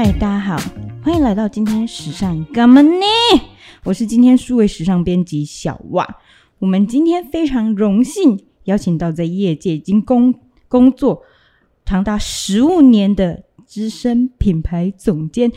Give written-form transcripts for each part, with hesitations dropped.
嗨，大家好，欢迎来到今天时尚干嘛呢？我是今天数位时尚编辑小袜。我们今天非常荣幸邀请到在业界已经工作长达15年的资深品牌总监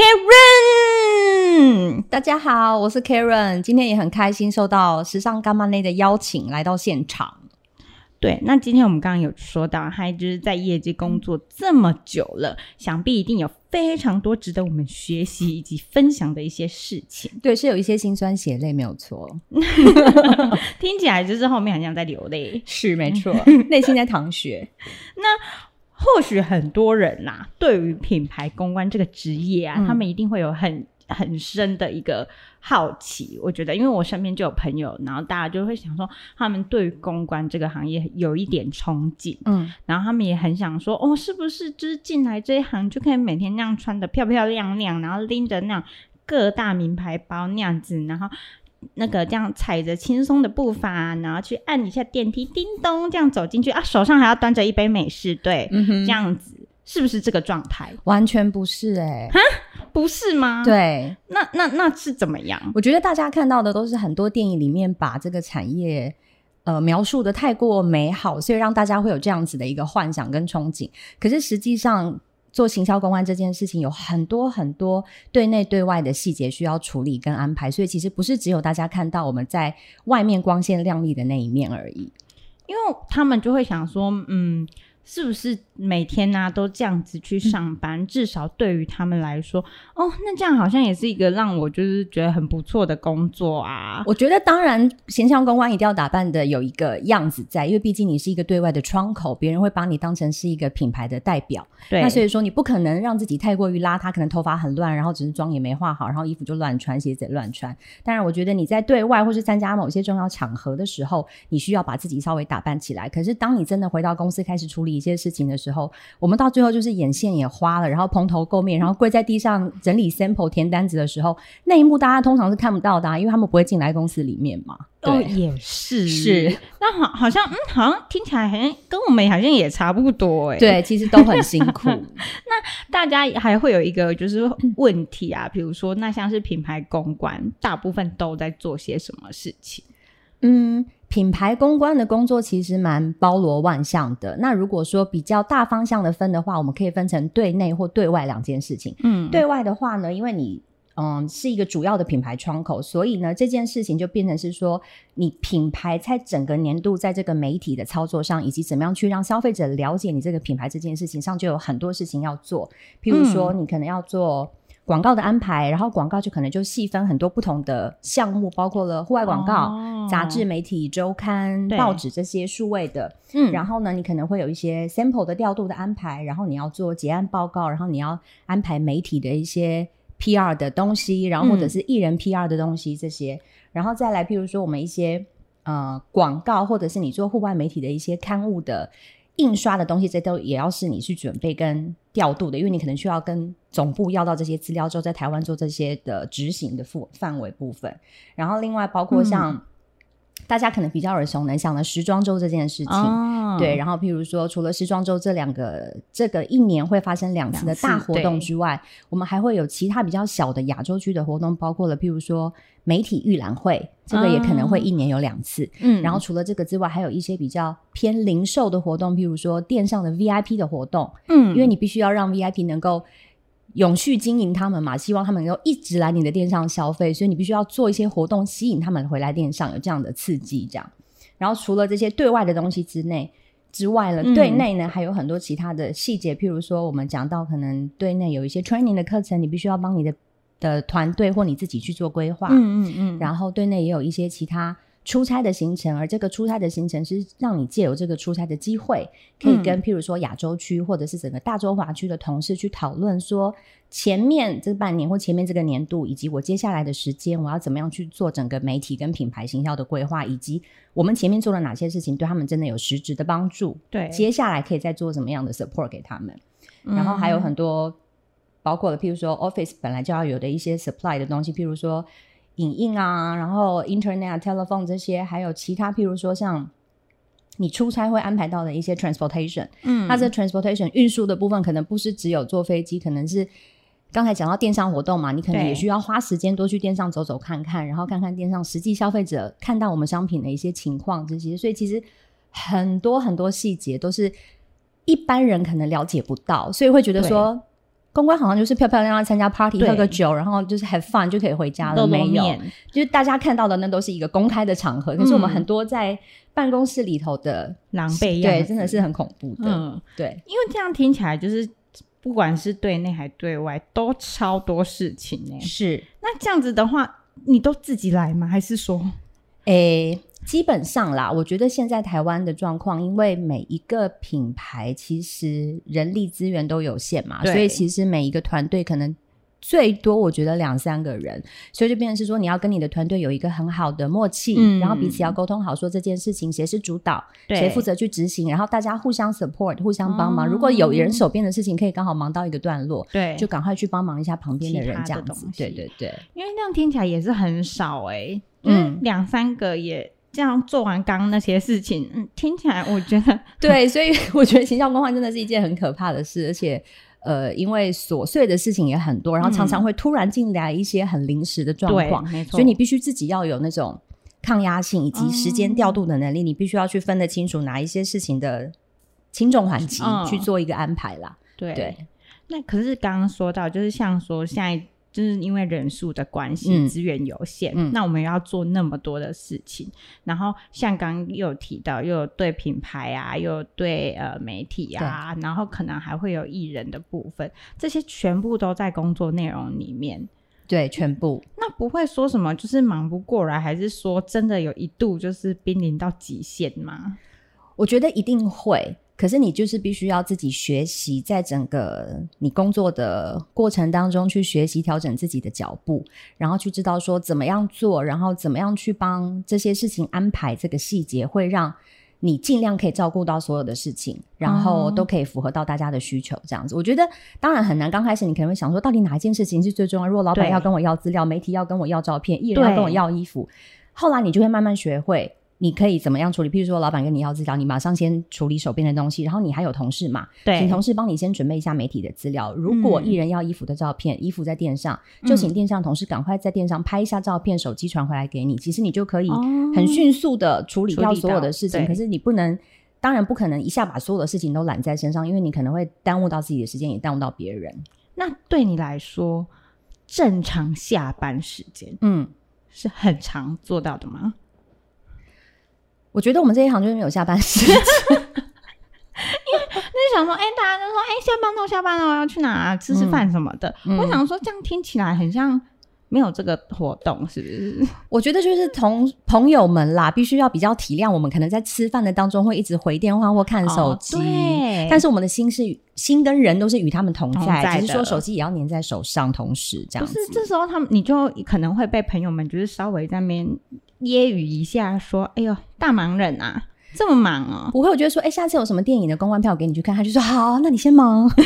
Karen。 大家好，我是 Karen， 今天也很开心受到时尚干嘛呢的邀请来到现场。 对，那今天我们刚刚有说到他就是在业界工作这么久了，想必一定有非常多值得我们学习以及分享的一些事情。 对，是有一些辛酸血泪，没有错。 听起来就是后面很像在流泪。 是没错，内心在淌血。 那或许很多人啦，对于品牌公关这个职业啊，他们一定会有很深的一个好奇。我觉得因为我身边就有朋友，然后大家就会想说他们对于公关这个行业有一点憧憬，然后他们也很想说哦，是不是就是进来这一行就可以每天那样穿得漂漂亮亮，然后拎着那样各大名牌包那样子，然后那个这样踩着轻松的步伐，然后去按一下电梯，叮咚这样走进去啊，手上还要端着一杯美式，对，这样子是不是这个状态？ 完全不是哈， 不是吗？ 对， 那是怎么样？ 我觉得大家看到的都是很多电影里面把这个产业描述的太过美好，所以让大家会有这样子的一个幻想跟憧憬。可是实际上做行销公关这件事情有很多很多对内对外的细节需要处理跟安排，所以其实不是只有大家看到我们在外面光鲜亮丽的那一面而已。 因为他们就会想说是不是每天啊都这样子去上班，至少对于他们来说哦，那这样好像也是一个让我就是觉得很不错的工作啊。 我觉得当然形象公关一定要打扮的有一个样子在，因为毕竟你是一个对外的窗口，别人会把你当成是一个品牌的代表。对，那所以说你不可能让自己太过于邋遢，可能头发很乱，然后只是妆也没化好，然后衣服就乱穿，鞋子也乱穿。当然我觉得你在对外或是参加某些重要场合的时候，你需要把自己稍微打扮起来。可是当你真的回到公司开始处理一些事情的时候，我们到最后就是眼线也花了，然后蓬头垢面，然后跪在地上整理 sample 填单子的时候，那一幕大家通常是看不到的因为他们不会进来公司里面嘛。 对，也是那好像听起来好像跟我们好像也差不多对，其实都很辛苦。 那大家还会有一个就是问题啊，比如说那像是品牌公关大部分都在做些什么事情？ 品牌公关的工作其实蛮包罗万象的。那如果说比较大方向的分的话，我们可以分成对内或对外两件事情。对外的话呢，因为你是一个主要的品牌窗口，所以呢这件事情就变成是说你品牌在整个年度在这个媒体的操作上，以及怎么样去让消费者了解你这个品牌这件事情上，就有很多事情要做。譬如说你可能要做广告的安排，然后广告就可能就细分很多不同的项目，包括了户外广告、杂志、媒体、周刊、报纸这些数位的。然后呢你可能会有一些 sample 的调度的安排，然后你要做结案报告，然后你要安排媒体的一些 PR 的东西，然后或者是艺人 PR 的东西这些。然后再来譬如说我们一些广告，或者是你做户外媒体的一些刊物的印刷的东西，这都也要是你去准备跟调度的，因为你可能需要跟总部要到这些资料之后，在台湾做这些的执行的范围部分。然后另外包括像大家可能比较耳熟能详的时装周这件事情，对，然后譬如说除了时装周这个一年会发生2次的大活动之外，我们还会有其他比较小的亚洲区的活动，包括了譬如说媒体预览会，这个也可能会一年有2次。然后除了这个之外，还有一些比较偏零售的活动，譬如说店上的 VIP 的活动，因为你必须要让 VIP 能够永续经营他们嘛，希望他们能够一直来你的店上消费，所以你必须要做一些活动吸引他们回来店上，有这样的刺激这样。然后除了这些对外的东西之外呢，对内呢还有很多其他的细节，譬如说我们讲到可能对内有一些 training 的课程，你必须要帮你的团队或你自己去做规划。然后对内也有一些其他出差的行程，而这个出差的行程是让你借由这个出差的机会，可以跟譬如说亚洲区或者是整个大中华区的同事去讨论说前面这半年或前面这个年度，以及我接下来的时间我要怎么样去做整个媒体跟品牌行销的规划，以及我们前面做了哪些事情对他们真的有实质的帮助，对，接下来可以再做什么样的 support 给他们。然后还有很多包括了譬如说 Office 本来就要有的一些 supply 的东西，譬如说影印啊，然后 Internet Telephone 这些，还有其他譬如说像你出差会安排到的一些 transportation，它这 transportation 运输的部分可能不是只有坐飞机，可能是刚才讲到电商活动嘛，你可能对也需要花时间多去电商走走看看，然后看看电商实际消费者看到我们商品的一些情况这些，所以其实很多很多细节都是一般人可能了解不到，所以会觉得说公关好像就是漂漂亮亮参加 party 喝个酒，然后就是 have fun 就可以回家了，没有，就是大家看到的那都是一个公开的场合，可是我们很多在办公室里头的狼狈样子， 对，真的是很恐怖的。对， 因为这样听起来就是不管是对内还对外都超多事情欸。 是， 那这样子的话你都自己来吗？还是说基本上啦，我觉得现在台湾的状况，因为每一个品牌其实人力资源都有限嘛，所以其实每一个团队可能最多我觉得2-3个人，所以就变成是说你要跟你的团队有一个很好的默契，然后彼此要沟通好说这件事情谁是主导，谁负责去执行，然后大家互相 support 互相帮忙，如果有人手边的事情可以刚好忙到一个段落，对，就赶快去帮忙一下旁边的人这样子。对对对， 因为这样听起来也是很少就是2-3个也这样做完刚刚那些事情，听起来我觉得对，所以我觉得行销公关真的是一件很可怕的事，而且因为琐碎的事情也很多，然后常常会突然进来一些很临时的状况，所以你必须自己要有那种抗压性以及时间调度的能力，你必须要去分得清楚哪一些事情的轻重缓急，去做一个安排啦。对， 那可是刚刚说到就是像说现在就是因为人数的关系，资源有限，那我们要做那么多的事情，然后像刚刚又有提到又有对品牌啊，又有对媒体啊，然后可能还会有艺人的部分，这些全部都在工作内容里面。 对，全部。 那不会说什么就是忙不过来，还是说真的有一度就是濒临到极限吗？ 我觉得一定会，可是你就是必须要自己学习，在整个你工作的过程当中去学习调整自己的脚步，然后去知道说怎么样做，然后怎么样去帮这些事情安排这个细节，会让你尽量可以照顾到所有的事情，然后都可以符合到大家的需求这样子。我觉得当然很难，刚开始你可能会想说到底哪一件事情是最重要，如果老板要跟我要资料，媒体要跟我要照片，艺人要跟我要衣服，后来你就会慢慢学会你可以怎么样处理，譬如说老板跟你要资料，你马上先处理手边的东西，然后你还有同事嘛，请同事帮你先准备一下媒体的资料，如果艺人要衣服的照片，衣服在店上，就请店上同事赶快在店上拍一下照片，手机传回来给你，其实你就可以很迅速的处理掉所有的事情，可是你不能，当然不可能一下把所有的事情都揽在身上，因为你可能会耽误到自己的时间，也耽误到别人。 那对你来说正常下班时间是很常做到的吗？ 我觉得我们这一行就是没有下班时间因为就是想说大家就说下班了下班了要去哪吃吃饭什么的，我想说这样听起来很像没有这个活动，是不是？ 我觉得就是同朋友们啦，必须要比较体谅我们可能在吃饭的当中会一直回电话或看手机，对，但是我们的心跟人都是与他们同在，只是说手机也要黏在手上，同时这样子。 不是，这时候你就可能会被朋友们就是稍微在那边揶揄一下说哎呦大忙人啊，这么忙哦。 不会，我觉得说下次有什么电影的公关票给你去看，他就说好，那你先忙很棒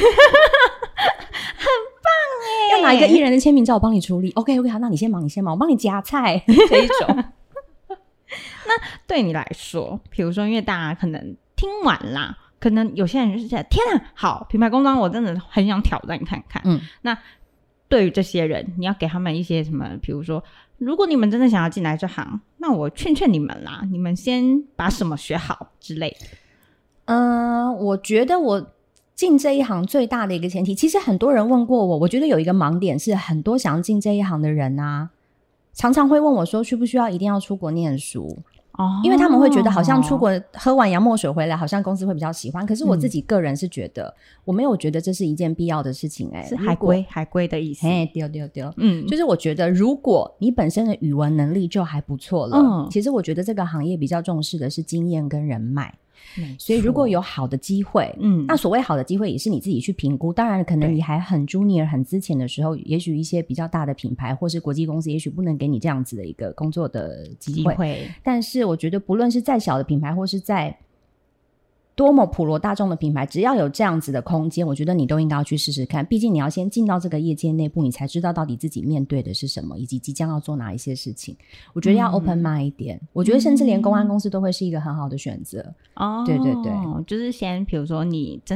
要拿一个艺人的签名照我帮你处理 OK 好，那你先忙我帮你夹菜这一种那对你来说，比如说因为大家可能听完啦，可能有些人就是觉得天啊，好，品牌公关我真的很想挑战看看那对于这些人你要给他们一些什么，比如说如果你们真的想要进来这行，那我劝你们啦，你们先把什么学好之类的。 我觉得我进这一行最大的一个前提，其实很多人问过我觉得有一个盲点是很多想要进这一行的人啊，常常会问我说需不需要一定要出国念书因为他们会觉得好像出国喝完洋墨水回来好像公司会比较喜欢，可是我自己个人是觉得我没有觉得这是一件必要的事情是海归的意思对就是我觉得如果你本身的语文能力就还不错了其实我觉得这个行业比较重视的是经验跟人脉，所以如果有好的机会那所谓好的机会也是你自己去评估，当然可能你还很 junior 很资浅的时候，也许一些比较大的品牌或是国际公司也许不能给你这样子的一个工作的机会，但是我觉得不论是再小的品牌或是在多么普罗大众的品牌，只要有这样子的空间，我觉得你都应该要去试试看，毕竟你要先进到这个业界内部，你才知道到底自己面对的是什么，以及即将要做哪一些事情。我觉得要 open mind 一点我觉得甚至连公关公司都会是一个很好的选择对对对， 就是先比如说你真的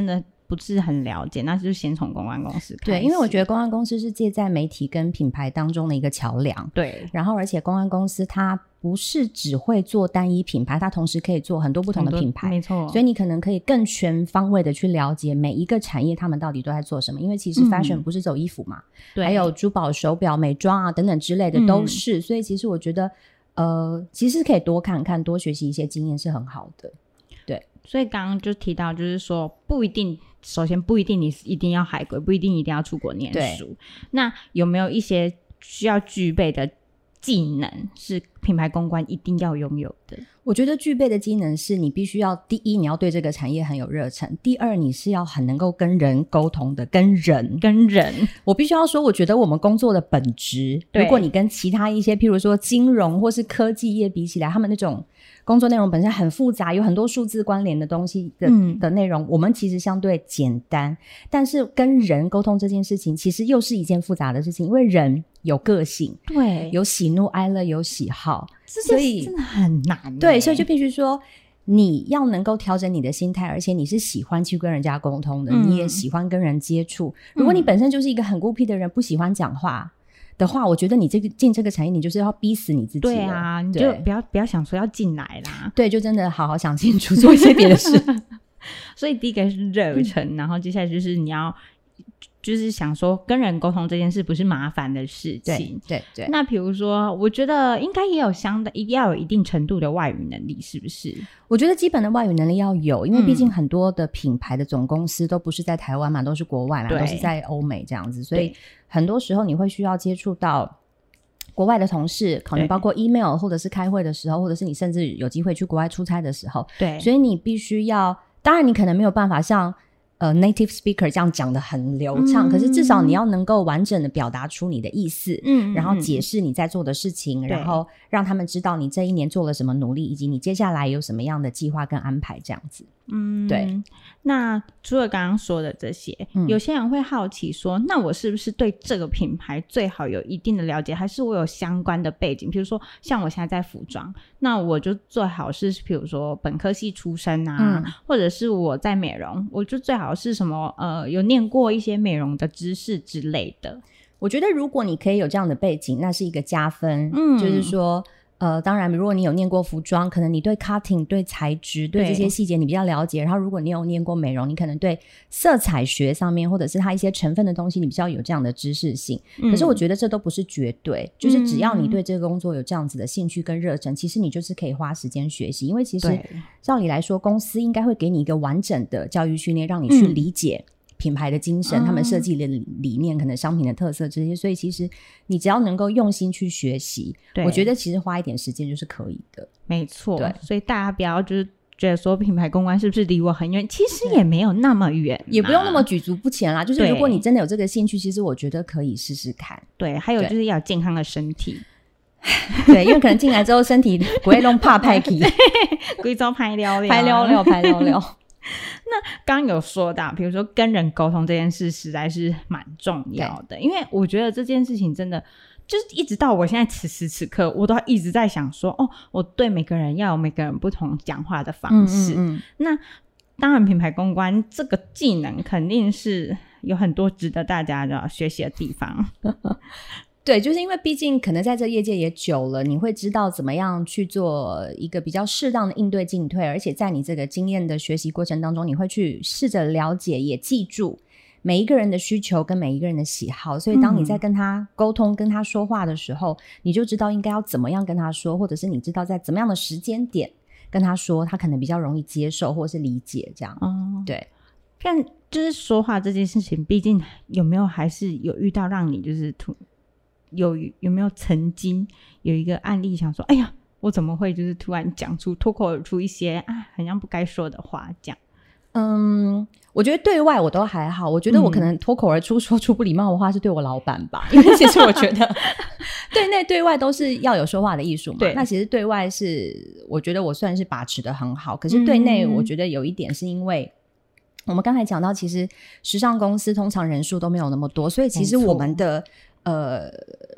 不是很了解，那就先从公关公司开始。 对，因为我觉得公关公司是介在媒体跟品牌当中的一个桥梁。 对， 然后而且公关公司它不是只会做单一品牌，它同时可以做很多不同的品牌， 没错。 所以你可能可以更全方位的去了解每一个产业他们到底都在做什么。因为其实 fashion 不是走衣服嘛， 对， 还有珠宝、手表、美妆啊等等之类的都是。所以其实我觉得其实可以多看看，多学习一些经验是很好的。对， 所以刚刚就提到就是说不一定，首先不一定你一定要海归，不一定一定要出国念书。那有没有一些需要具备的技能是品牌公关一定要拥有的？ 我觉得具备的技能是你必须要，第一你要对这个产业很有热忱，第二你是要很能够跟人沟通的。跟人我必须要说，我觉得我们工作的本质，如果你跟其他一些譬如说金融或是科技业比起来，他们那种工作内容本身很复杂，有很多数字关联的东西 的内容，我们其实相对简单。但是跟人沟通这件事情其实又是一件复杂的事情，因为人有个性， 对， 有喜怒哀乐，有喜好，所以真的很难。 对，所以就必须说你要能够调整你的心态，而且你是喜欢去跟人家沟通的，你也喜欢跟人接触。如果你本身就是一个很孤僻的人，不喜欢讲话的话，我觉得你进这个产业，你就是要逼死你自己了。 对啊，你就不要想说要进来啦。 对，就真的好好想清楚，做一些别的事。 所以第一个是热忱，然后接下来就是你要就是想说跟人沟通这件事不是麻烦的事情。 对。 那比如说我觉得应该也有要有一定程度的外语能力，是不是？ 我觉得基本的外语能力要有，因为毕竟很多的品牌的总公司都不是在台湾嘛，都是国外嘛，都是在欧美这样子，所以很多时候你会需要接触到国外的同事，可能包括 email 或者是开会的时候，或者是你甚至有机会去国外出差的时候。 对， 所以你必须要，当然你可能没有办法像native speaker 这样讲得很流畅，可是至少你要能够完整的表达出你的意思，然后解释你在做的事情，然后让他们知道你这一年做了什么努力，以及你接下来有什么样的计划跟安排这样子。对。 那除了刚刚说的这些，有些人会好奇说，那我是不是对这个品牌最好有一定的了解，还是我有相关的背景？比如说像我现在在服装，那我就最好是比如说本科系出身啊，或者是我在美容，我就最好是什么有念过一些美容的知识之类的。 我觉得如果你可以有这样的背景，那是一个加分。就是说当然如果你有念过服装，可能你对 cutting 对材质对这些细节你比较了解，然后如果你有念过美容，你可能对色彩学上面或者是它一些成分的东西你比较有这样的知识性。可是我觉得这都不是绝对，就是只要你对这个工作有这样子的兴趣跟热忱，其实你就是可以花时间学习。因为其实照理来说公司应该会给你一个完整的教育训练，让你去理解品牌的精神，他们设计的理念，可能商品的特色这些，所以其实你只要能够用心去学习，我觉得其实花一点时间就是可以的。 没错，对，所以大家不要就是觉得说品牌公关是不是离我很远，其实也没有那么远， 也不用那么举足不前啦。就是如果你真的有这个兴趣，其实我觉得可以试试看。 对，还有就是要有健康的身体。 对，因为可能进来之后身体不会弄怕派气， 规周拍撩撩。 那刚刚有说到比如说跟人沟通这件事实在是蛮重要的，因为我觉得这件事情真的就是一直到我现在此时此刻我都一直在想说我对每个人要有每个人不同讲话的方式。那当然品牌公关这个技能肯定是有很多值得大家的学习的地方。 对，就是因为毕竟可能在这业界也久了，你会知道怎么样去做一个比较适当的应对进退，而且在你这个经验的学习过程当中，你会去试着了解也记住每一个人的需求跟每一个人的喜好，所以当你在跟他沟通跟他说话的时候，你就知道应该要怎么样跟他说，或者是你知道在怎么样的时间点跟他说，他可能比较容易接受或是理解这样。对， 但就是说话这件事情，毕竟有没有还是有遇到让你就是有没有曾经有一个案例想说哎呀我怎么会就是突然讲出脱口而出一些很像不该说的话这样。 我觉得对外我都还好，我觉得我可能脱口而出说出不礼貌的话是对我老板吧，因为其实我觉得对内对外都是要有说话的艺术嘛。那其实对外是我觉得我算是把持得很好，可是对内我觉得有一点是因为我们刚才讲到其实时尚公司通常人数都没有那么多，所以其实我们的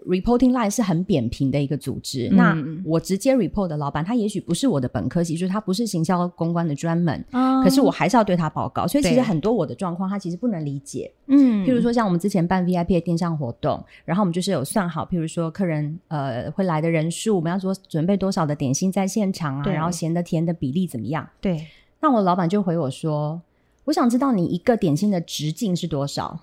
reporting line 是很扁平的一个组织，那我直接 report 的老板他也许不是我的本科系，就是他不是行销公关的专门，可是我还是要对他报告，所以其实很多我的状况他其实不能理解。譬如说像我们之前办 VIP 的电商活动，然后我们就是有算好譬如说客人会来的人数，我们要准备多少的点心在现场啊，然后咸的甜的比例怎么样。 对， 那我的老板就回我说，我想知道你一个点心的直径是多少。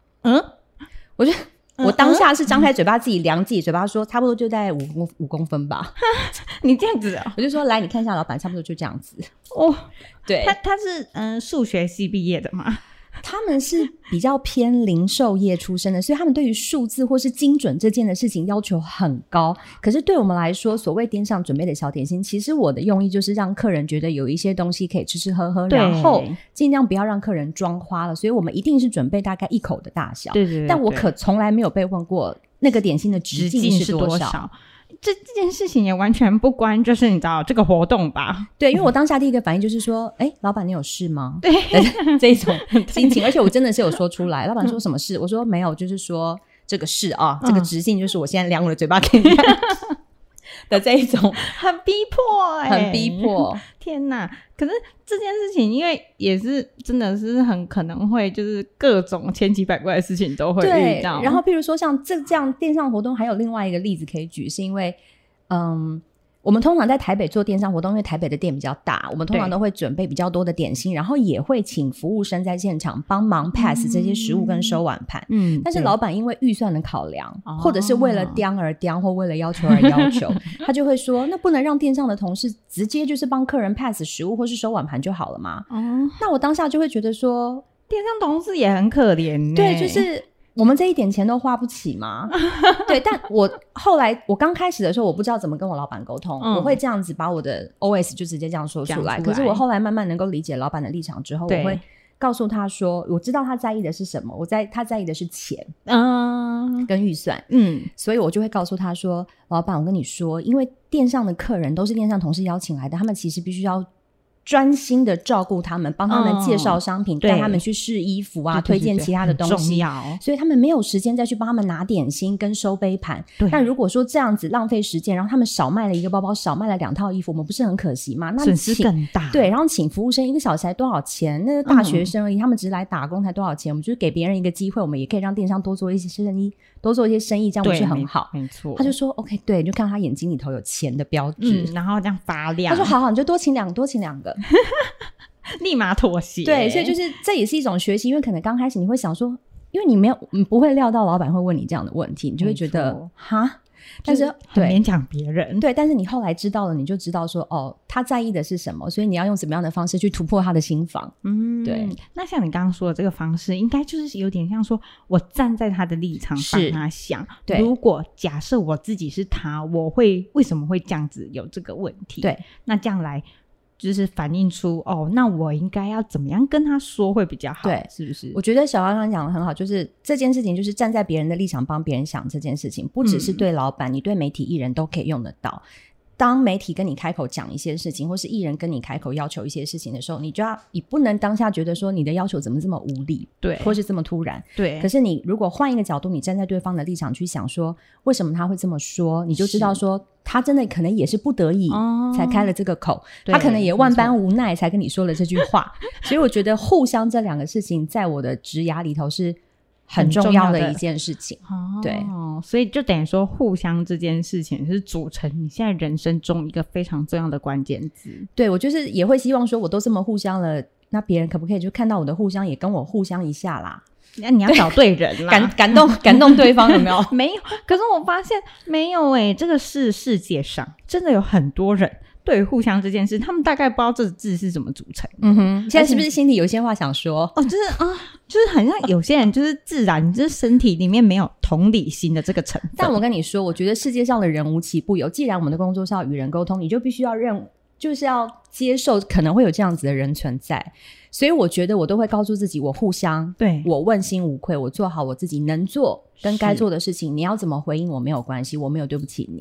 我当下是张开嘴巴自己量自己嘴巴说差不多就在5公分吧。 你这样子啊？ 我就说来你看一下老板，差不多就这样子。对， 他是数学系毕业的吗？ 他们是比较偏零售业出身的，所以他们对于数字或是精准这件的事情要求很高。可是对我们来说，所谓店上准备的小点心，其实我的用意就是让客人觉得有一些东西可以吃吃喝喝，然后尽量不要让客人装花了，所以我们一定是准备大概1口的大小。对，但我可从来没有被问过那个点心的直径是多少。 这件事情也完全不关就是你知道这个活动吧。 对，因为我当下第一个反应就是说老板你有事吗？对，这一种心情。而且我真的是有说出来。老板说什么事？我说没有，就是说这个事啊，这个直径就是我现在量我的嘴巴给你看的这一种。 很逼迫很逼迫。 天哪，可是这件事情因为也是真的是很可能会就是各种千奇百怪的事情都会遇到。 对，然后譬如说像这样电商活动还有另外一个例子可以举，是因为我们通常在台北做电商活动，因为台北的店比较大，我们通常都会准备比较多的点心，然后也会请服务生在现场帮忙 pass 这些食物跟收碗盘。但是老板因为预算的考量，或者是为了刁而刁，或为了要求而要求，他就会说那不能让店上的同事直接就是帮客人 pass 食物或是收碗盘就好了吗？那我当下就会觉得说电商同事也很可怜。 对，就是我们这一点钱都花不起吗？对，但我后来我刚开始的时候我不知道怎么跟我老板沟通，我会这样子把我的 OS 就直接这样说出来。可是我后来慢慢能够理解老板的立场之后，我会告诉他说我知道他在意的是什么，他在意的是钱跟预算。所以我就会告诉他说老板我跟你说，因为店上的客人都是店上同事邀请来的，他们其实必须要专心的照顾他们，帮他们介绍商品，带他们去试衣服啊，推荐其他的东西，重要。所以他们没有时间再去帮他们拿点心跟收杯盘。但如果说这样子浪费时间，然后他们少卖了一个包包，少卖了2套衣服，我们不是很可惜吗？那损失更大。对， 然后请服务生1个小时才多少钱？那个大学生而已，他们只是来打工才多少钱？我们就是给别人一个机会，我们也可以让电商多做一些生意，这样不是很好？没错。他就说 OK， 对，就看到他眼睛里头有钱的标志， 然后这样发亮。 他说好，你就多请2个立马妥协。 对，所以就是这也是一种学习，因为可能刚开始你会想说，因为你不会料到老板会问你这样的问题，你就会觉得哈，但是很勉强别人。 对，但是你后来知道了，你就知道说他在意的是什么，所以你要用怎么样的方式去突破他的心防。对。 那像你刚刚说的这个方式，应该就是有点像说我站在他的立场帮他想，对，如果假设我自己是他，我会为什么会这样子有这个问题？对，那这样来就是反映出那我应该要怎么样跟他说会比较好？对，是不是？ 我觉得小刚刚讲的很好，就是这件事情就是站在别人的立场帮别人想这件事情，不只是对老板，你对媒体艺人都可以用得到。当媒体跟你开口讲一些事情，或是艺人跟你开口要求一些事情的时候，你不能当下觉得说你的要求怎么这么无理，对，或是这么突然，对。可是你如果换一个角度，你站在对方的立场去想说为什么他会这么说，你就知道说他真的可能也是不得已才开了这个口，他可能也万般无奈才跟你说了这句话。所以我觉得互相这2个事情在我的职涯里头是很重要的一件事情。对， 所以就等于说互相这件事情是组成你现在人生中一个非常重要的关键字。 对，我就是也会希望说我都这么互相了，那别人可不可以就看到我的互相也跟我互相一下啦？ 那你要找对人啦， 感动对方有没有？ 没有，可是我发现没有这个是世界上真的有很多人对于互相这件事，他们大概不知道这个字是怎么组成。 现在是不是心里有些话想说？ 就是很像有些人就是自然就是身体里面没有同理心的这个成分。 但我跟你说，我觉得世界上的人无奇不有，既然我们的工作是要与人沟通，你就必须要就是要接受可能会有这样子的人存在。所以我觉得我都会告诉自己，我互相，对，我问心无愧，我做好我自己能做跟该做的事情，你要怎么回应我没有关系，我没有对不起你。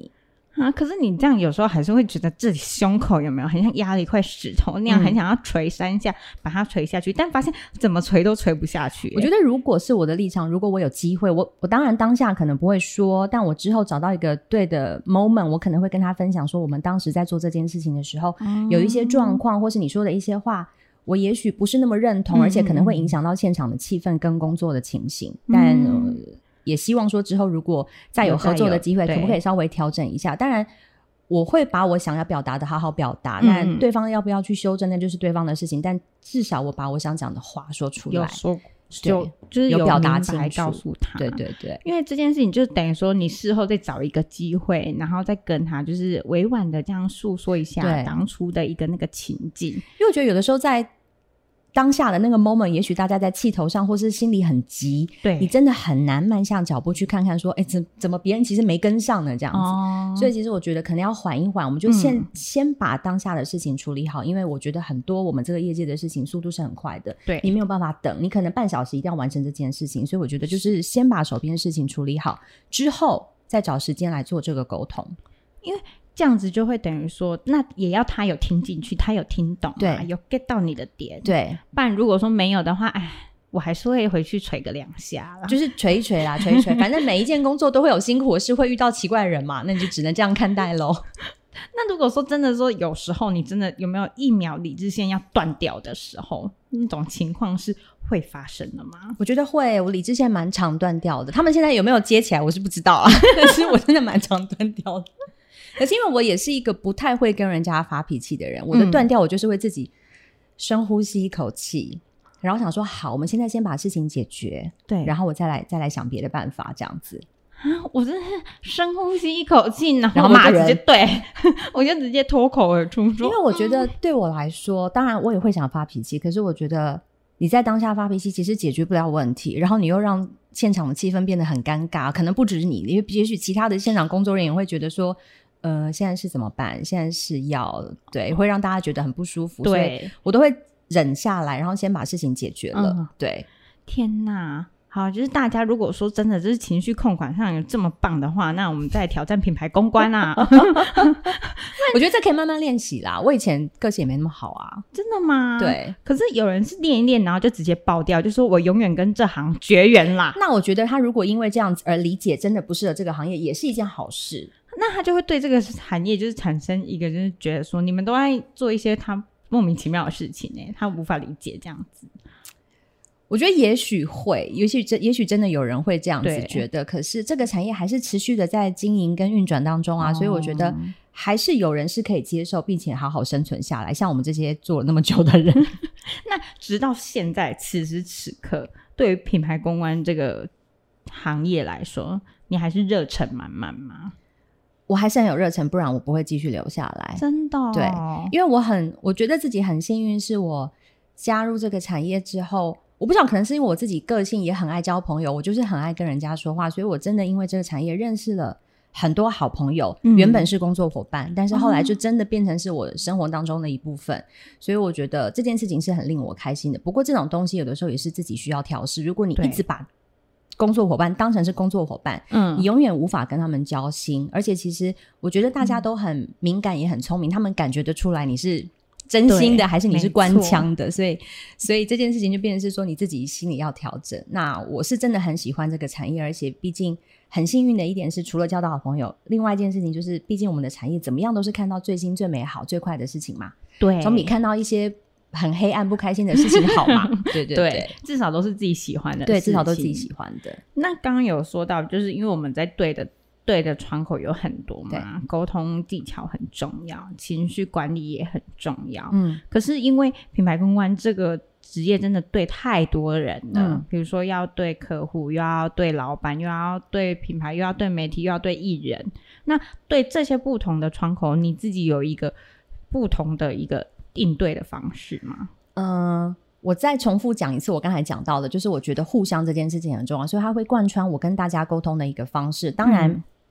啊，可是你这样有时候还是会觉得自己胸口有没有很像压了一块石头那样，很想要捶3下把它捶下去，但发现怎么捶都捶不下去。 我觉得如果是我的立场，如果我有机会，我当然当下可能不会说，但我之后找到一个对的 moment， 我可能会跟他分享说我们当时在做这件事情的时候，有一些状况或是你说的一些话我也许不是那么认同，而且可能会影响到现场的气氛跟工作的情形，但也希望说之后如果再有合作的机会，可不可以稍微调整一下。当然我会把我想要表达的好好表达，但对方要不要去修正那就是对方的事情，但至少我把我想讲的话说出来， 就是有表达清楚告诉他。 对对对， 因为这件事情就等于说你事后再找一个机会，然后再跟他就是委婉的这样诉说一下当初的一个那个情境。因为我觉得有的时候在当下的那个 moment， 也许大家在气头上或是心里很急，对，你真的很难慢下脚步去看看说怎么别人其实没跟上呢这样子，所以其实我觉得可能要缓一缓，我们就先把当下的事情处理好，因为我觉得很多我们这个业界的事情速度是很快的，对，你没有办法等，你可能半小时一定要完成这件事情，所以我觉得就是先把手边的事情处理好之后再找时间来做这个沟通， 因为这样子就会等于说那也要他有听进去，他有听懂，对，有 get 到你的点，对，不然如果说没有的话，我还是会回去捶个2下啦， 就是捶一捶啦，捶一捶反正每一件工作都会有辛苦的事，会遇到奇怪的人嘛，那你就只能这样看待咯。 那如果说真的说有时候你真的有没有1秒理智线要断掉的时候，那种情况是会发生的吗？ 我觉得会，我理智线蛮常断掉的，他们现在有没有接起来我是不知道啊但是我真的蛮常断掉的。可是因为我也是一个不太会跟人家发脾气的人，我的断掉我就是会自己深呼吸一口气，然后想说好，我们现在先把事情解决，对，然后我再来想别的办法这样子。 我真的是深呼吸一口气，然后骂人，对我就直接脱口而出说， 因为我觉得对我来说，当然我也会想发脾气，可是我觉得你在当下发脾气其实解决不了问题，然后你又让现场的气氛变得很尴尬，可能不止你，因为也许其他的现场工作人员会觉得说现在是怎么办，现在是要对，会让大家觉得很不舒服，所以我都会忍下来，然后先把事情解决了，对。 天哪，好，就是大家如果说真的就是情绪控管上有这么棒的话，那我们再挑战品牌公关啊我觉得这可以慢慢练习啦，我以前个性也没那么好啊。 真的吗？ 对， 可是有人是练一练然后就直接爆掉，就说我永远跟这行绝缘啦。 那我觉得他如果因为这样子而理解真的不适合这个行业，也是一件好事。 那他就会对这个行业就是产生一个就是觉得说你们都在做一些他莫名其妙的事情他无法理解这样子。 我觉得也许会，也许真的有人会这样子觉得，可是这个产业还是持续的在经营跟运转当中啊，所以我觉得还是有人是可以接受并且好好生存下来，像我们这些做了那么久的人那直到现在此时此刻，对于品牌公关这个行业来说，你还是热忱满满吗？ 我还是很有热忱，不然我不会继续留下来。 真的对，因为我觉得自己很幸运，是我加入这个产业之后，我不知道可能是因为我自己个性也很爱交朋友，我就是很爱跟人家说话，所以我真的因为这个产业认识了很多好朋友，原本是工作伙伴，但是后来就真的变成是我生活当中的一部分，所以我觉得这件事情是很令我开心的。不过这种东西有的时候也是自己需要调试，如果你一直把工作伙伴当成是工作伙伴，你永远无法跟他们交心，而且其实我觉得大家都很敏感也很聪明，他们感觉得出来你是真心的还是你是官腔的，所以这件事情就变成是说你自己心里要调整。那我是真的很喜欢这个产业，而且毕竟很幸运的一点是除了交到好朋友，另外一件事情就是毕竟我们的产业怎么样都是看到最新最美好最快的事情嘛，对，总比看到一些很黑暗不开心的事情好嘛对对 对， 至少都是自己喜欢的事情， 对，至少都是自己喜欢的。 那刚刚有说到就是因为我们在对的窗口有很多嘛，沟通技巧很重要，情绪管理也很重要，可是因为品牌公关这个职业真的对太多人了，比如说要对客户，又要对老板，又要对品牌，又要对媒体，又要对艺人，那对这些不同的窗口你自己有一个不同的一个应对的方式吗？ 我再重复讲一次我刚才讲到的，就是我觉得互相这件事情很重要，所以它会贯穿我跟大家沟通的一个方式。当然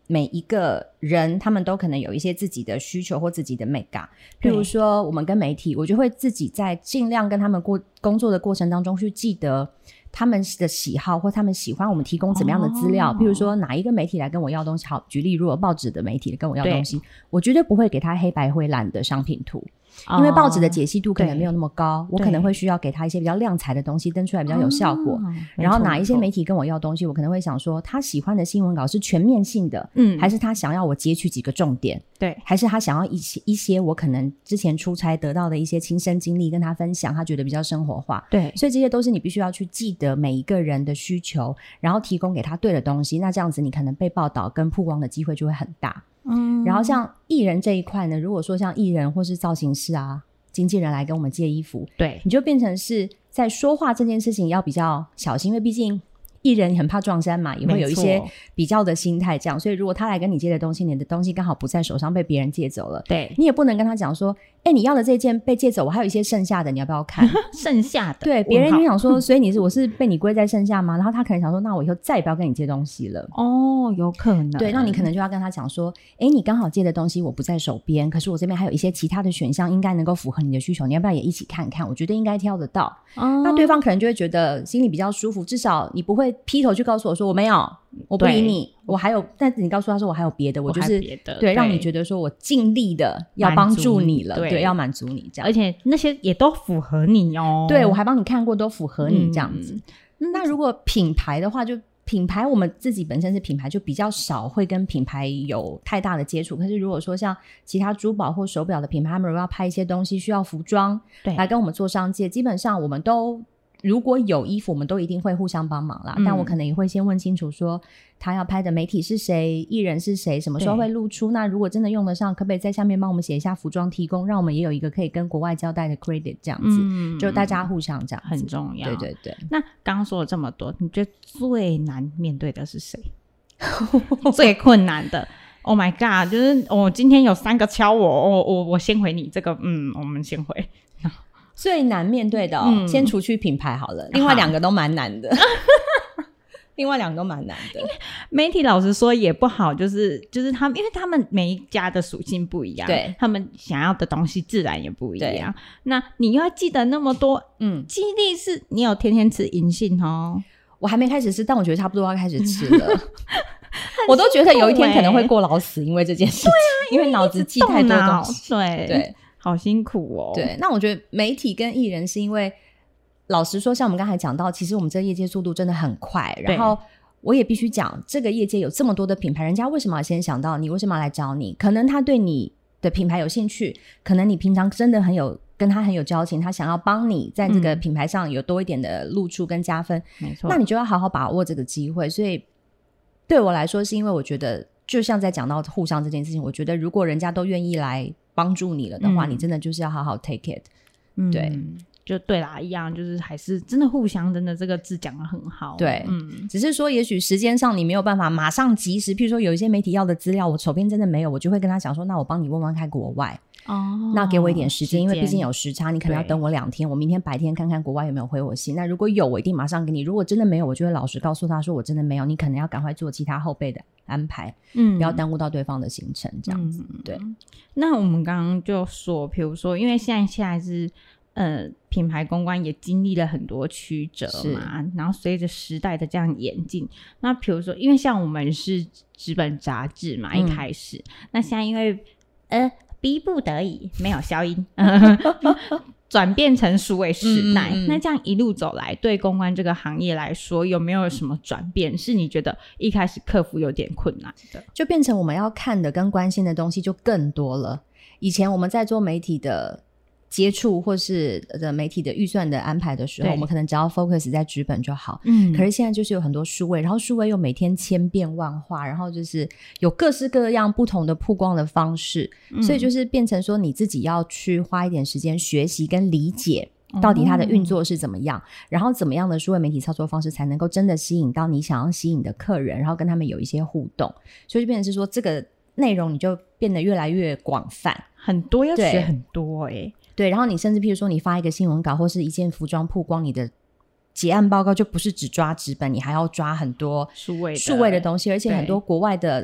每一个人他们都可能有一些自己的需求或自己的美感，譬如说我们跟媒体，我就会自己在尽量跟他们工作的过程当中去记得他们的喜好或他们喜欢我们提供怎么样的资料，譬如说哪一个媒体来跟我要东西，好，举例如果报纸的媒体跟我要东西，我绝对不会给他黑白灰蓝的商品图，因为报纸的解析度可能没有那么高，我可能会需要给他一些比较亮彩的东西，登出来比较有效果，然后哪一些媒体跟我要东西，我可能会想说他喜欢的新闻稿是全面性的，还是他想要我截取几个重点，对，还是他想要一些我可能之前出差得到的一些亲身经历跟他分享，他觉得比较生活化，对，所以这些都是你必须要去记得每一个人的需求，然后提供给他对的东西，那这样子你可能被报道跟曝光的机会就会很大。然后像艺人这一块呢，如果说像艺人或是造型师啊经纪人来跟我们借衣服，对，你就变成是在说话这件事情要比较小心，因为毕竟艺人很怕撞衫嘛，也会有一些比较的心态这样，所以如果他来跟你借的东西，你的东西刚好不在手上被别人借走了，对，你也不能跟他讲说你要的这件被借走，我还有一些剩下的你要不要看剩下的，对， 别人就想说所以我是被你归在剩下吗？然后他可能想说那我以后再也不要跟你借东西了， 有可能， 对，那你可能就要跟他讲说你刚好借的东西我不在手边，可是我这边还有一些其他的选项应该能够符合你的需求，你要不要也一起看看？我觉得应该挑得到，那对方可能就会觉得心里比较舒服，至少你不会劈头去告诉我说我没有，我不理你，我还有，但是你告诉他说我还有别的，我就是别的，对，让你觉得说我尽力的要帮助你了，对，要满足你这样， 而且那些也都符合你哦， 对，我还帮你看过，都符合你这样子。那如果品牌的话，就品牌我们自己本身是品牌，就比较少会跟品牌有太大的接触，可是如果说像其他珠宝或手表的品牌，他们如果要拍一些东西需要服装来跟我们做商界，基本上我们都如果有衣服我们都一定会互相帮忙啦，但我可能也会先问清楚说他要拍的媒体是谁，艺人是谁，什么时候会露出，那如果真的用得上，可不可以在下面帮我们写一下服装提供，让我们也有一个可以跟国外交代的 credit 这样子，就大家互相这样子很重要， 对对对。 那刚刚说了这么多，你觉得最难面对的是谁？最困难的Oh my god， 就是今天有3个敲我先回你这个，我们先回。 最难面对的先除去品牌好了，另外2个都蛮难的另外2个都蛮难的。 媒体老实说也不好，就是他们，因为他们每一家的属性不一样，对，他们想要的东西自然也不一样，那你又要记得那么多，激励是你有天天吃银杏哦， 我还没开始吃，但我觉得差不多要开始吃了我都觉得有一天可能会过劳死，因为这件事情，因为脑子记太多东西， 对，好辛苦哦。 对，那我觉得媒体跟艺人是因为老实说，像我们刚才讲到，其实我们这个业界速度真的很快，然后我也必须讲，这个业界有这么多的品牌，人家为什么要先想到你，为什么要来找你？可能他对你的品牌有兴趣，可能你平常真的跟他很有交情，他想要帮你在这个品牌上有多一点的露出跟加分，没错，那你就要好好把握这个机会。所以对我来说，是因为我觉得就像在讲到互相这件事情，我觉得如果人家都愿意来帮助你了的话，你真的就是要好好 take it，对， 就对啦，一样，就是还是真的互相，真的这个字讲得很好， 对，只是说也许时间上你没有办法马上及时，譬如说有一些媒体要的资料我手边真的没有，我就会跟他讲说那我帮你问问看国外，那给我一点时间，因为毕竟有时差，你可能要等我2天，我明天白天看看国外有没有回我信，那如果有我一定马上给你，如果真的没有我就会老实告诉他说我真的没有，你可能要赶快做其他后备的安排，不要耽误到对方的行程这样子，对。 那我们刚刚就说比如说因为现在是品牌公关也经历了很多曲折嘛，然后随着时代的这样演进，那比如说因为像我们是纸本杂志嘛，一开始那现在因为逼不得已没有消音转变成数位时代，那这样一路走来对公关这个行业来说有没有什么转变是你觉得一开始克服有点困难的？ 就变成我们要看的跟关心的东西就更多了，以前我们在做媒体的接触或是媒体的预算的安排的时候，我们可能只要 focus 在纸本就好，可是现在就是有很多数位，然后数位又每天千变万化，然后就是有各式各样不同的曝光的方式，所以就是变成说你自己要去花一点时间学习跟理解到底它的运作是怎么样，然后怎么样的数位媒体操作方式才能够真的吸引到你想要吸引的客人，然后跟他们有一些互动，所以就变成是说这个内容你就变得越来越广泛， 很多要学很多对，然后你甚至譬如说你发一个新闻稿或是一件服装曝光，你的结案报告就不是只抓纸本，你还要抓很多数位的东西，而且很多国外的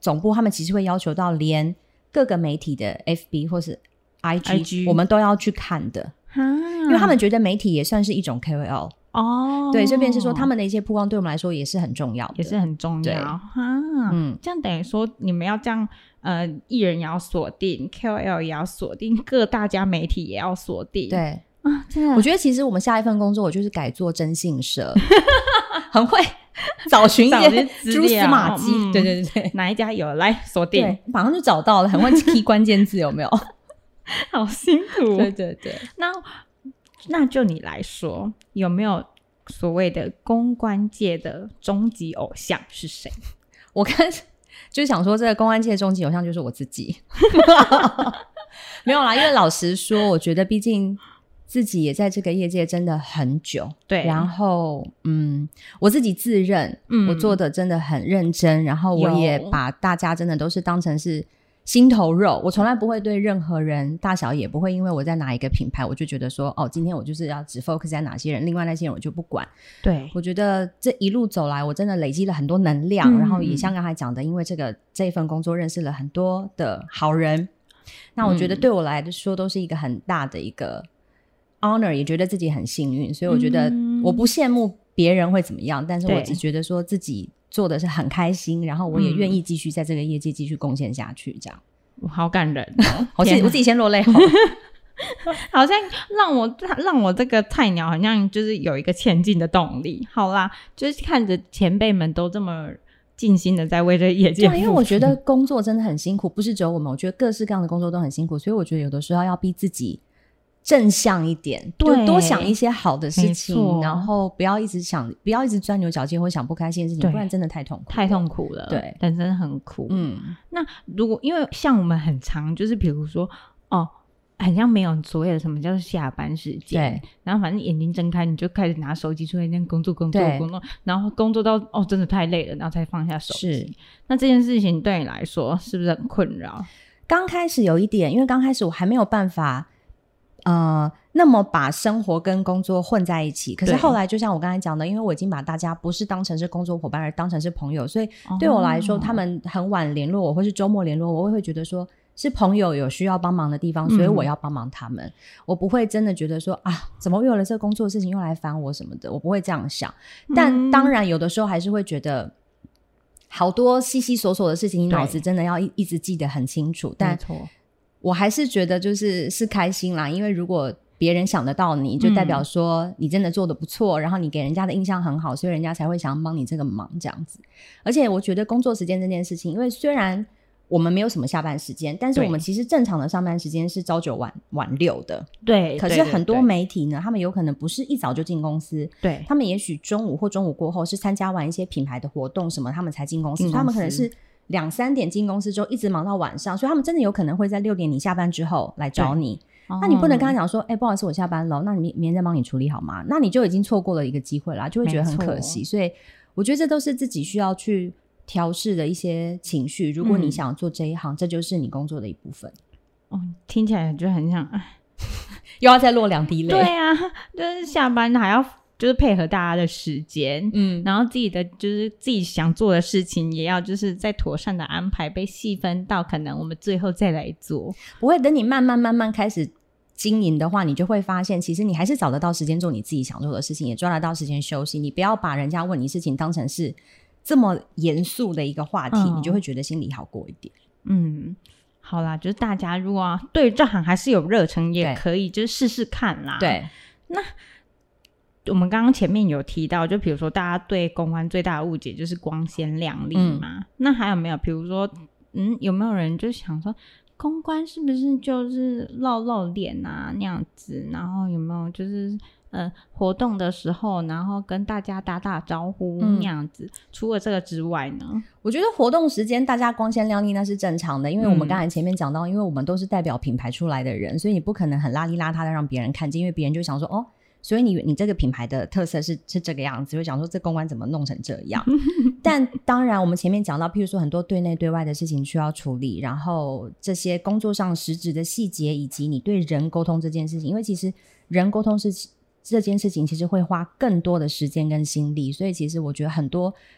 总部他们其实会要求到连各个媒体的 FB 或是 IG 我们都要去看的，因为他们觉得媒体也算是一种 KOL 哦，对，所以便是说他们的一些曝光对我们来说也是很重要的， 也是很重要这样等于说你们要这样艺人也要锁定 KOL 也要锁定各大家媒体也要锁定， 对真的我觉得其实我们下一份工作我就是改做征信社很会找寻一些蛛丝马迹，对对对， 哪一家有来锁定， 对，马上就找到了，很会 key 关键字有没有好辛苦， 对对对。 那就你来说，有没有所谓的公关界的终极偶像是谁？ 我看就想说这个公关界的终极偶像就是我自己没有啦，因为老实说我觉得毕竟自己也在这个业界真的很久，对，然后我自己自认我做的真的很认真，然后我也把大家真的都是当成是心头肉，我从来不会对任何人大小也不会因为我在哪一个品牌我就觉得说今天我就是要只 focus 在哪些人，另外那些人我就不管，对，我觉得这一路走来我真的累积了很多能量，然后也像刚才讲的因为这一份工作认识了很多的好人，那我觉得对我来说都是一个很大的一个 honor， 也觉得自己很幸运，所以我觉得我不羡慕别人会怎么样，但是我只觉得说自己做的是很开心，然后我也愿意继续在这个业界继续贡献下去，这样好感人我自己先落泪好像让我这个菜鸟好像就是有一个前进的动力，好啦，就是看着前辈们都这么尽心的在为这业界付出， 对，因为我觉得工作真的很辛苦，不是只有我们，我觉得各式各样的工作都很辛苦，所以我觉得有的时候要逼自己正向一点，就多想一些好的事情，然后不要一直钻牛角尖或想不开心的事情，不然真的太痛苦了，对，人生很苦。那如果因为像我们很常就是比如说很像没有所谓的什么叫做下班时间，然后反正眼睛睁开你就开始拿手机出来那样工作，然后工作到真的太累了，然后才放下手机。那这件事情对你来说是不是很困扰？ 刚开始有一点，因为刚开始我还没有办法那么把生活跟工作混在一起，可是后来就像我刚才讲的，因为我已经把大家不是当成是工作伙伴而当成是朋友，所以对我来说他们很晚联络我或是周末联络我会觉得说是朋友有需要帮忙的地方，所以我要帮忙他们，我不会真的觉得说怎么为了这个工作的事情又来烦我什么的，我不会这样想。但当然有的时候还是会觉得好多细细琐琐的事情你脑子真的要一直记得很清楚，但我还是觉得是开心啦，因为如果别人想得到你就代表说你真的做得不错，然后你给人家的印象很好，所以人家才会想要帮你这个忙这样子。而且我觉得工作时间这件事情，因为虽然我们没有什么下班时间，但是我们其实正常的上班时间是朝9晚6的，对，可是很多媒体呢他们有可能不是一早就进公司，对，他们也许中午或中午过后是参加完一些品牌的活动什么他们才进公司，他们可能是2-3点进公司之后一直忙到晚上，所以他们真的有可能会在6点你下班之后来找你，那你不能跟他讲说不好意思我下班了，那你明天再帮你处理好吗？那你就已经错过了一个机会啦，就会觉得很可惜。所以我觉得这都是自己需要去调试的一些情绪，如果你想做这一行这就是你工作的一部分。 听起来就很像又要再落2滴泪。 对啊，就是下班还要就是配合大家的时间，然后自己的就是自己想做的事情也要就是再妥善的安排，被细分到可能我们最后再来做。 不会，等你慢慢开始经营的话，你就会发现其实你还是找得到时间做你自己想做的事情，也抓得到时间休息。你不要把人家问你事情当成是这么严肃的一个话题，你就会觉得心里好过一点。 好啦，就是大家如果对这行还是有热忱也可以就是试试看啦。对，那我们刚刚前面有提到，就比如说大家对公关最大的误解就是光鲜亮丽嘛，那还有没有比如说有没有人就想说公关是不是就是露脸啊那样子，然后有没有就是活动的时候然后跟大家打打招呼那样子，除了这个之外呢？ 我觉得活动时间大家光鲜亮丽那是正常的，因为我们刚才前面讲到因为我们都是代表品牌出来的人，所以你不可能很邋里邋遢的让别人看见，因为别人就想说所以你这个品牌的特色是这个样子，会想说这公关怎么弄成这样但当然我们前面讲到譬如说很多对内对外的事情需要处理，然后这些工作上实质的细节以及你对人沟通这件事情，因为其实人沟通是这件事情其实会花更多的时间跟心力，所以其实我觉得很多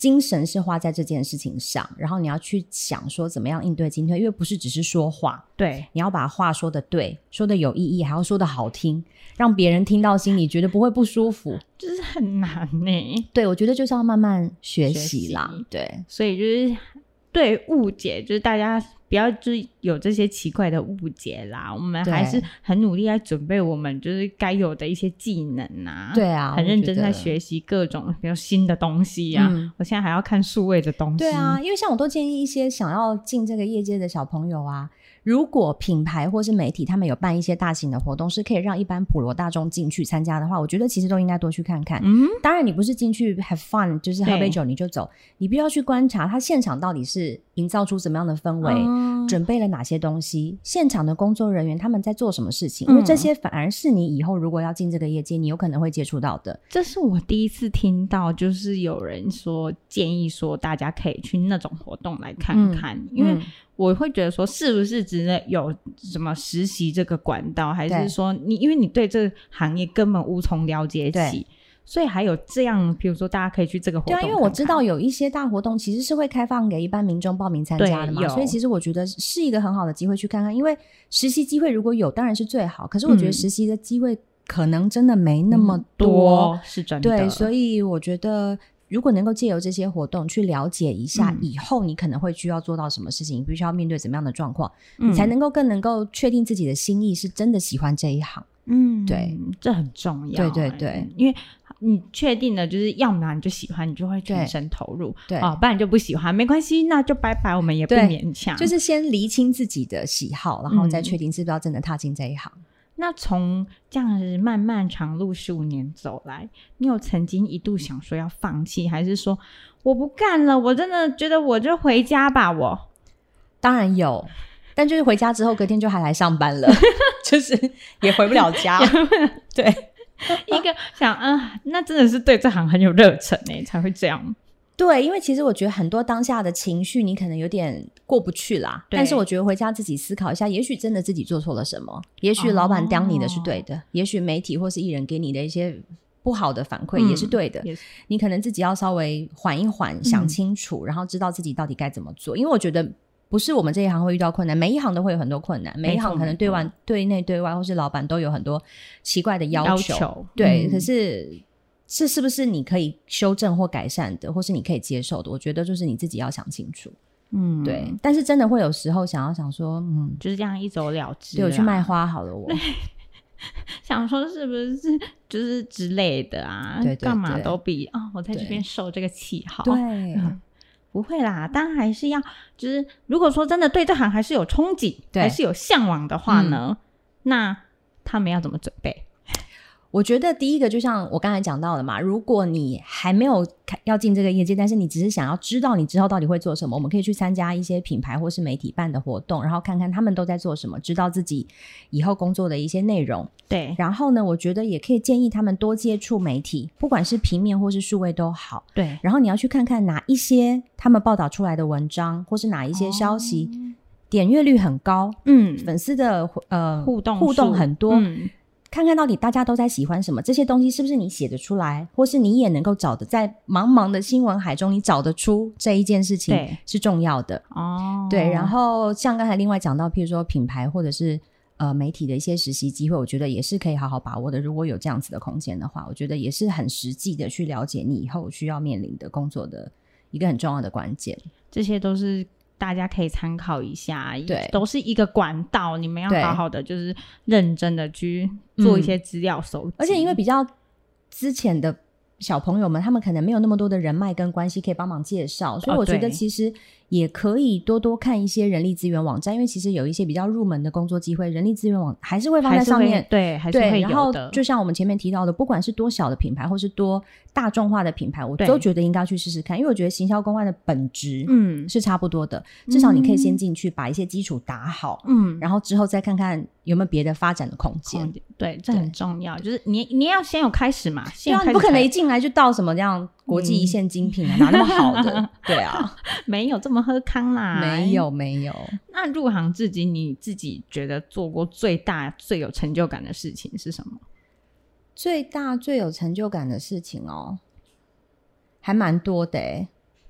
精神是花在这件事情上，然后你要去想说怎么样应对进退，因为不是只是说话， 对， 你要把话说得对，说得有意义，还要说得好听，让别人听到心里觉得不会不舒服， 就是很难呢。 对，我觉得就是要慢慢学习啦，对， 所以就是对误解，就是大家不要就是有这些奇怪的误解啦，我们还是很努力在准备我们就是该有的一些技能啊， 对啊， 很认真在学习各种比如新的东西啊，我现在还要看数位的东西， 对啊，因为像我都建议一些想要进这个业界的小朋友啊，如果品牌或是媒体他们有办一些大型的活动是可以让一般普罗大众进去参加的话，我觉得其实都应该多去看看。当然你不是进去 have fun 就是喝杯酒你就走，你必须要去观察他现场到底是营造出怎么样的氛围，准备了哪些东西，现场的工作人员他们在做什么事情，因为这些反而是你以后如果要进这个业界你有可能会接触到的。 这是我第一次听到，就是有人说建议说大家可以去那种活动来看看，因为我会觉得说是不是只能有什么实习这个管道，还是说你因为你对这个行业根本无从了解起，所以还有这样比如说大家可以去这个活动看看。 对啊，因为我知道有一些大活动其实是会开放给一般民众报名参加的嘛，所以其实我觉得是一个很好的机会去看看，因为实习机会如果有当然是最好，可是我觉得实习的机会可能真的没那么多， 是真的。 对，所以我觉得如果能够借由这些活动去了解一下以后你可能会需要做到什么事情，你必须要面对怎么样的状况，你才能够更能够确定自己的心意是真的喜欢这一行。对， 这很重要。 对对对， 因为你确定了就是要么你就喜欢你就会全身投入，对不然你就不喜欢没关系那就拜拜，我们也不勉强， 就是先厘清自己的喜好，然后再确定是不是要真的踏进这一行。 那从这样子漫漫长路15年走来，你有曾经一度想说要放弃，还是说我不干了，我真的觉得我就回家吧？我当然有，但就是回家之后隔天就还来上班了就是也回不了家对， 一个想那真的是对这行很有热忱才会这样。 对，因为其实我觉得很多当下的情绪你可能有点过不去啦，但是我觉得回家自己思考一下，也许真的自己做错了什么，也许老板刁你的是对的，也许媒体或是艺人给你的一些不好的反馈也是对的，你可能自己要稍微缓一缓，想清楚，然后知道自己到底该怎么做。因为我觉得不是我们这一行会遇到困难，每一行都会有很多困难，每一行可能对内对外或是老板都有很多奇怪的要求对，可是是不是你可以修正或改善的，或是你可以接受的，我觉得就是你自己要想清楚。对，但是真的会有时候想说就是这样一走了之， 对，我去卖花好了我想说是不是就是之类的啊，对对对，干嘛都比我在这边受这个气好。 对不会啦，当然还是要就是如果说真的对这行还是有憧憬，还是有向往的话呢，那他们要怎么准备？ 我觉得第一个就像我刚才讲到的嘛，如果你还没有要进这个业界，但是你只是想要知道你之后到底会做什么，我们可以去参加一些品牌或是媒体办的活动，然后看看他们都在做什么，知道自己以后工作的一些内容。 对， 然后呢我觉得也可以建议他们多接触媒体，不管是平面或是数位都好。 对， 然后你要去看看哪一些他们报道出来的文章或是哪一些消息点阅率很高，粉丝的互动很多，看看到底大家都在喜欢什么，这些东西是不是你写得出来，或是你也能够找的，在茫茫的新闻海中你找得出这一件事情是重要的。对，然后像刚才另外讲到譬如说品牌或者是媒体的一些实习机会，我觉得也是可以好好把握的，如果有这样子的空间的话，我觉得也是很实际的去了解你以后需要面临的工作的一个很重要的关键。 这些都是大家可以参考一下， 对， 都是一个管道，你们要好好的就是认真的去做一些资料搜集， 而且因为比较之前的小朋友们他们可能没有那么多的人脉跟关系可以帮忙介绍，所以我觉得其实也可以多多看一些人力资源网站，因为其实有一些比较入门的工作机会人力资源网还是会放在上面， 对，还是会有的。 然后就像我们前面提到的，不管是多小的品牌或是多大众化的品牌，我都觉得应该去试试看，因为我觉得行销公关的本质是差不多的，至少你可以先进去把一些基础打好，然后之后再看看有没有别的发展的空间。 对，这很重要，就是你要先有开始嘛， 对啊，你不可能一进来就到什么这样国际一线精品哪那么好的对啊， 没有这么喝康啦， 没有。 那入行至今你自己觉得做过最大最有成就感的事情是什么？ 最大最有成就感的事情还蛮多的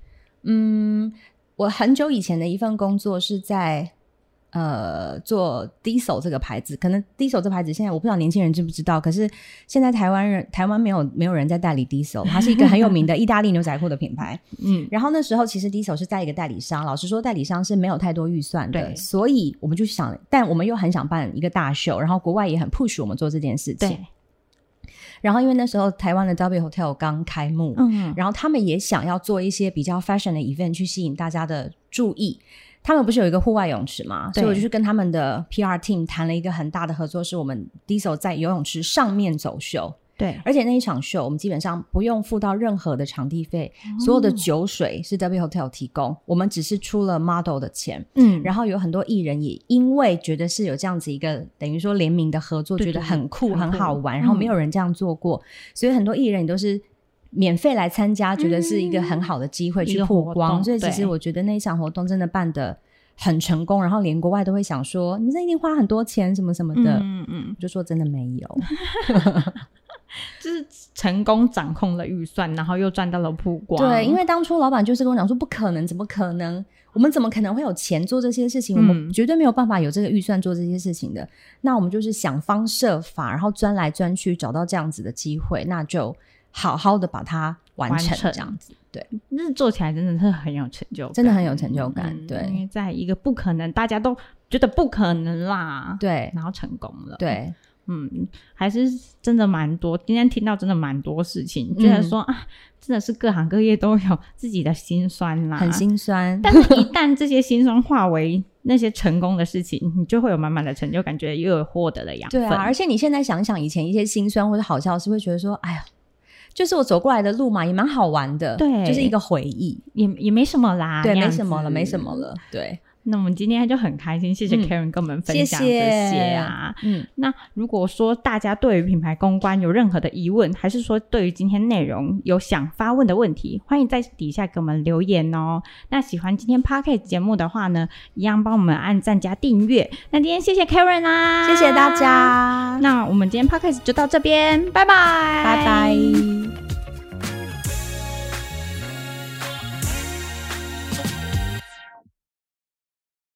我很久以前的一份工作是在做 Diesel 这个牌子，可能 Diesel 这牌子现在我不知道年轻人知不知道，可是现在台湾没有人在代理 Diesel， 它是一个很有名的意大利牛仔裤的品牌。然后那时候其实 Diesel 是在一个代理商，老实说代理商是没有太多预算的，所以我们就想，但我们又很想办一个大秀，然后国外也很 push 我们做这件事情。对。然后因为那时候台湾的 W Hotel 刚开幕，然后他们也想要做一些比较 fashion 的 event 去吸引大家的注意。他们不是有一个户外泳池吗？所以我就去跟他们的 PR team 谈了一个很大的合作，是我们 Diesel 在游泳池上面走秀。对，而且那一场秀我们基本上不用付到任何的场地费，所有的酒水是 W Hotel 提供，我们只是出了 model 的钱。然后有很多艺人也因为觉得是有这样子一个等于说联名的合作，觉得很酷很好玩，然后没有人这样做过，所以很多艺人也都是免费来参加，觉得是一个很好的机会去曝光。所以其实我觉得那一场活动真的办得很成功，然后连国外都会想说你们这一定花很多钱什么什么的。我就说真的没有就是成功掌控了预算，然后又赚到了曝光。 对，因为当初老板就是跟我讲说不可能，怎么可能，我们怎么可能会有钱做这些事情，我们绝对没有办法有这个预算做这些事情的。那我们就是想方设法，然后钻来钻去找到这样子的机会，那就好好的把它完成这样子。对， 那做起来真的是很有成就感， 真的很有成就感。对， 因为在一个不可能大家都觉得不可能啦， 对， 然后成功了。 对， 还是真的蛮多，今天听到真的蛮多事情，觉得说啊，真的是各行各业都有自己的辛酸啦， 很辛酸。 但是一旦这些辛酸化为那些成功的事情，你就会有满满的成就感，觉得又有获得了养分。 对啊，而且你现在想想以前一些辛酸或者好笑的事，会觉得说哎呀，就是我走过来的路嘛，也蛮好玩的。对，就是一个回忆， 也没什么啦。 对，没什么了。对。 那我们今天就很开心，谢谢 Karen 跟我们分享这些啊。那如果说大家对于品牌公关有任何的疑问，还是说对于今天内容有想发问的问题，欢迎在底下给我们留言哦。那喜欢今天 Podcast 节目的话呢，一样帮我们按赞加订阅。那今天谢谢 Karen 啦， 谢谢大家。 那我们今天 Podcast 就到这边，拜拜， 拜拜。